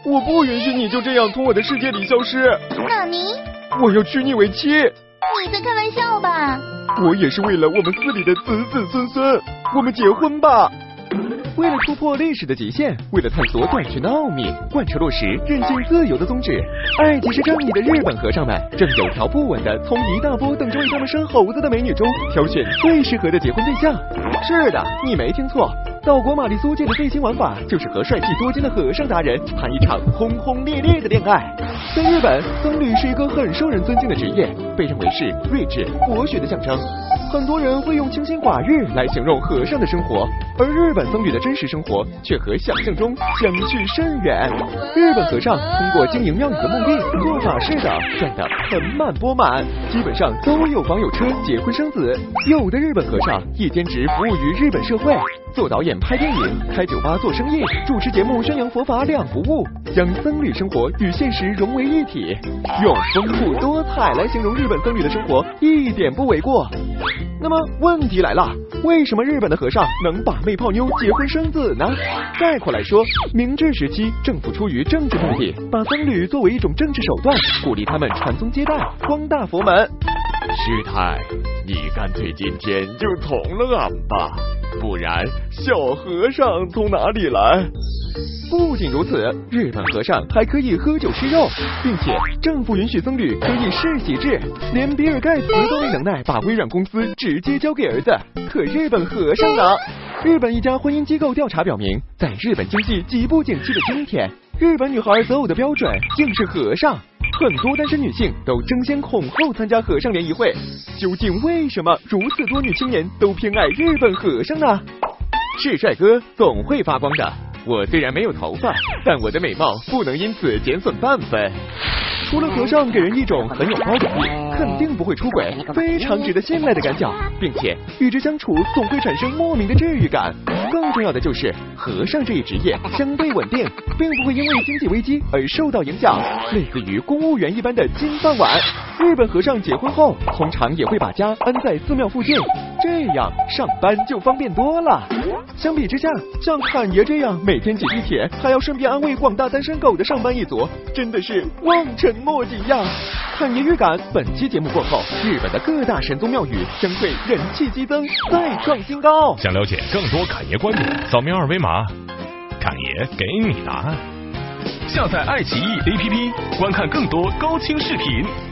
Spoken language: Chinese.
我不允许你就这样从我的世界里消失。 纳尼？ 我要娶你为妻。 你在开玩笑吧？ 我也是为了我们司里的子子孙孙，我们结婚吧。为了突破历史的极限，为了探索短剧的奥秘，贯彻落实任性自由的宗旨，爱即是正义的日本和尚们正有条不紊地从一大波等着为他们生猴子的美女中挑选最适合的结婚对象。是的，你没听错，岛国玛丽苏界的最新玩法就是和帅气多金的和尚达人谈一场轰轰烈烈的恋爱。在日本，僧侣是一个很受人尊敬的职业，被认为是睿智博学的象征。很多人会用清心寡欲来形容和尚的生活，而日本僧侣的真实生活却和想象中相去甚远。日本和尚通过经营庙宇的墓地做法事的赚得盆满钵满，基本上都有房有车结婚生子。有的日本和尚一兼职服务于日本社会，做导演拍电影，开酒吧做生意，主持节目宣扬佛法两不误，将僧侣生活与现实融为一体。用丰富多彩来形容日本僧侣的生活一点不为过。那么问题来了，为什么日本的和尚能把妹泡妞结婚生子呢？概括来说，明治时期政府出于政治目的，把僧侣作为一种政治手段，鼓励他们传宗接代，光大佛门。 师太，你干脆今天就从了俺吧，不然小和尚从哪里来？ 不仅如此，日本和尚还可以喝酒吃肉，并且政府允许僧侣可以世袭制，连比尔盖茨都没能耐把微软公司直接交给儿子，可日本和尚呢？日本一家婚姻机构调查表明，在日本经济极不景气的今天，日本女孩择偶的标准竟是和尚。很多单身女性都争先恐后参加和尚联谊会，究竟为什么如此多女青年都偏爱日本和尚呢？是帅哥总会发光的。我虽然没有头发，但我的美貌不能因此减损半分。除了和尚给人一种很有包容力，肯定不会出轨，非常值得信赖的感觉，并且与之相处总会产生莫名的治愈感。更重要的就是和尚这一职业相对稳定，并不会因为经济危机而受到影响，类似于公务员一般的金饭碗。日本和尚结婚后通常也会把家安在寺庙附近，这样上班就方便多了。相比之下，像侃爷这样每天挤地铁还要顺便安慰广大单身狗的上班一族，真的是望尘莫及呀！侃爷预感，本期节目过后，日本的各大神宗庙宇将会人气激增，再创新高。 想了解更多侃爷观点，扫描二维码，侃爷给你答案。下载爱奇艺 APP，观看更多高清视频。